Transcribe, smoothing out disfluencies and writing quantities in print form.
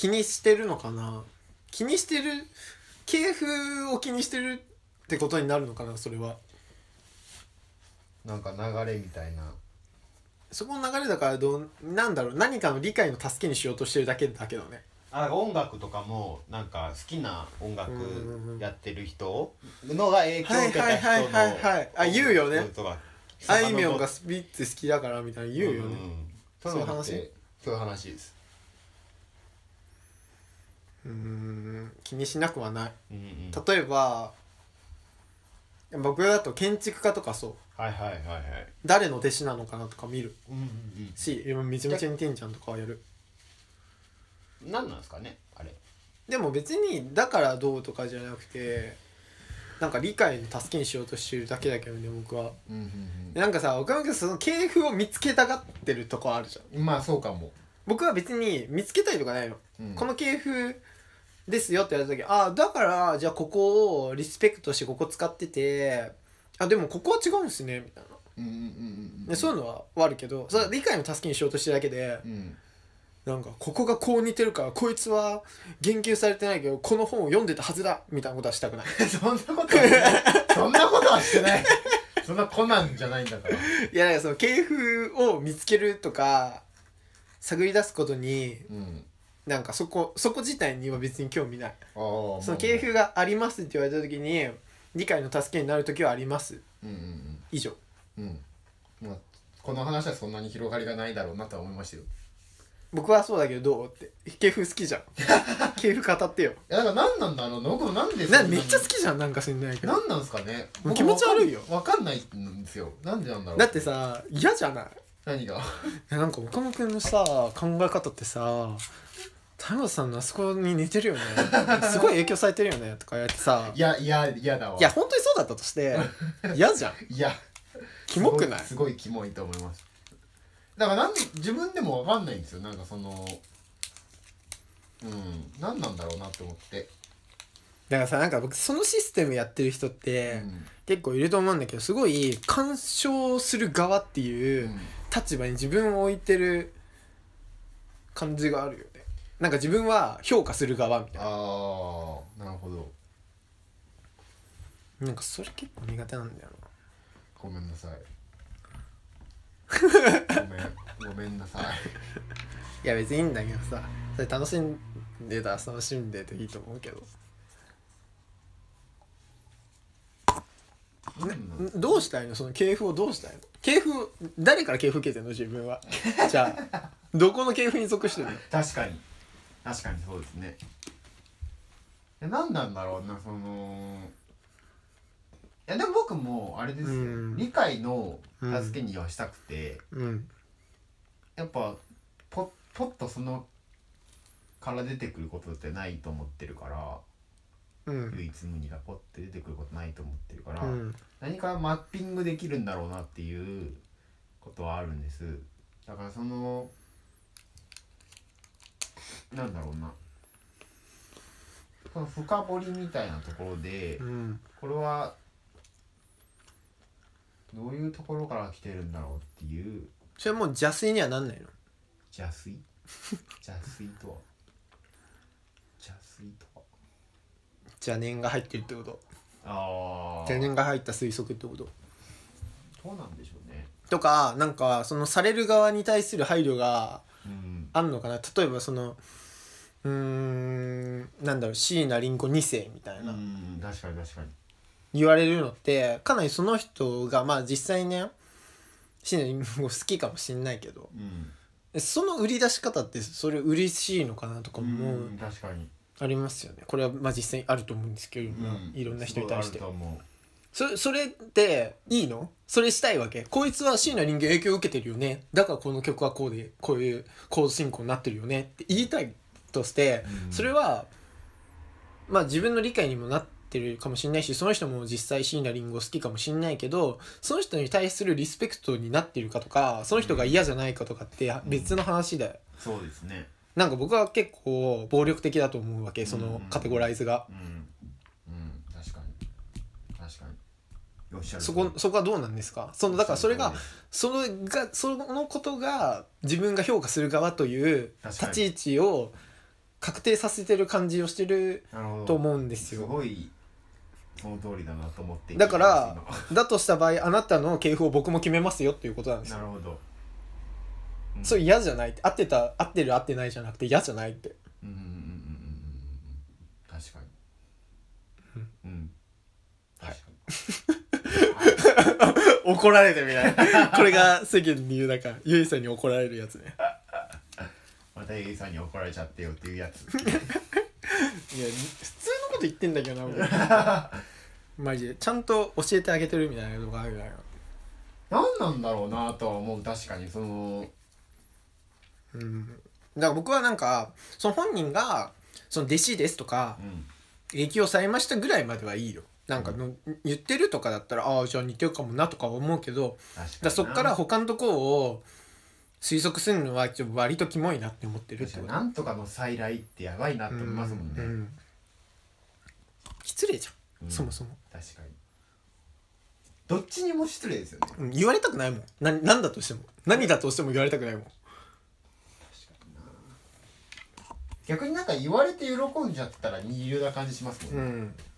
気にしてるのかな。気にしてる、系譜を気にしてるってことになるのかな、それは。 なんか流れみたいな。 そこの流れだからなんだろう、何かの理解の助けにしようとしてるだけだけどね。 音楽とかもなんか好きな音楽やってる人のが影響を受けた人のあ、言うよね。 とかあいみょんがスピッツ好きだからみたいな言うよね。 そういう話。そういう話です。 気にしなくはない。 うんうん、 例えば僕だと建築家とかそう、 はいはいはいはい、 誰の弟子なのかなとか見る、 うんうんうん、 し、めちゃめちゃ似てんじゃんとかはやる。 何なんですかねあれ。 でも別にだからどうとかじゃなくて、なんか理解の助けにしようとしてるだけだけどね、僕は、 うんうんうん、 なんかさ、岡本君その系譜を見つけたがってるとこあるじゃん。 まあそうかも。 僕は別に見つけたいとかないの、 うん、 この系譜ですよって言われた時、ああだからじゃあここをリスペクトしてここ使ってて、あでもここは違うんですねみたいな、 うんうんうんうん、 でそういうのはあるけど、それは理解の助けにしようとしてるだけで、 うん、 なんかここがこう似てるからこいつは言及されてないけどこの本を読んでたはずだみたいなことはしたくないそんなことはしてないそんなことはしてないそんなコナンじゃないんだから。 いやなんかその系譜を見つけるとか探り出すことに、 うん、 なんかそこ自体には別に興味ない。 その系譜がありますって言われた時に理解の助けになる時はあります、 うんうんうん、 以上。 うん、まあ、この話はそんなに広がりがないだろうなとは思いましたよ。 僕はそうだけどどうって系譜好きじゃん系譜語ってよ。 いやだから何なんだろう、僕なんでめっちゃ好きじゃん、なんか知んないけど。 何なんですかね。 気持ち悪いよ。 分かんないんですよ。なんでなんだろう。 だってさ嫌じゃない。 何がなんか岡本君のさ考え方ってさ田村さんのあそこに似てるよねすごい影響されてるよねとかやってさ、 いやだわ。 いや本当にそうだったとして嫌じゃん。 いやキモくない？ すごいキモいと思います。だから自分でも分かんないんですよ。なんかその何なんだろうなって思って。 だからさ、なんか僕そのシステムやってる人って、結構いると思うんだけど、すごい干渉する側っていう立場に自分を置いてる感じがあるよね。なんか自分は評価する側みたいな。 ああ、なるほど。 なんかそれ結構苦手なんだよな。 ごめんなさいごめんなさいいや別にいいんだけどさ、それ楽しんでたら楽しんでていいと思うけど、どうしたいの？その系譜をどうしたいの？系譜誰から系譜受けてんの自分はじゃあどこの系譜に属してるの？ 確かにそうですね。何なんだろうな、そのいやでも僕もあれですよ、理解の助けにはしたくて、やっぱポッとそのから出てくることってないと思ってるから、唯一無二がポッて出てくることないと思ってるから、何かマッピングできるんだろうなっていうことはあるんです。だからそのなんだろうな、この深掘りみたいなところで、これはどういうところから来てるんだろうっていう。 それはもう邪推にはなんないの？ 邪推邪推とは邪念が入ってるってこと？ ああ、 邪念が入った推測ってこと？ どうなんでしょうね。 とか、なんかそのされる側に対する配慮があんのかな。例えばそのなんだろう、椎名林檎2世みたいな確かに言われるのってかなりその人がまあ実際ね椎名林檎好きかもしんないけど、その売り出し方ってそれ嬉しいのかなとかも確かにありますよね。これはまあ実際にあると思うんですけど、いろんな人に対してそれっていいの？それしたいわけ？こいつは椎名林檎影響を受けてるよね、だからこの曲はこうでこういうコード進行になってるよねって言いたいとして、それはまあ自分の理解にもなってるかもしれないし、その人も実際椎名林檎好きかもしれないけど、その人に対するリスペクトになってるかとか、その人が嫌じゃないかとかって別の話で、 そうですね。 なんか僕は結構暴力的だと思うわけ、そのカテゴライズが。 確かにそこはどうなんですか？だからそれがそのことが自分が評価する側という立ち位置を確定させてる感じをしてると思うんですよ。 すごいその通りだなと思ってだからだとした場合あなたの系譜を僕も決めますよっていうことなんですよ。 なるほど、 それ嫌じゃないって、合ってる合ってないじゃなくて嫌じゃないって。 確かに確かに怒られてみないこれが世間に言うなんかゆいさんに怒られるやつね。 またゆいさんに怒られちゃってよっていうやついや普通のこと言ってんだけどなマジでちゃんと教えてあげてるみたいなのがあるから何なんだろうなとは思う。確かにそのだから僕はなんかその本人がその弟子ですとか、影響されましたぐらいまではいいよ。なんかの、言ってるとかだったらああじゃあ似てるかもなとか思うけど、だそっから他のところを推測するのはちょっと割とキモいなって思ってるってこと。 なんとかの再来ってやばいなって思いますもんね、 失礼じゃん、そもそも。 確かにどっちにも失礼ですよね、 言われたくないもん。なんだとしても何だとしても言われたくないもん。 逆になんか言われて喜んじゃったら二流な感じしますもんね、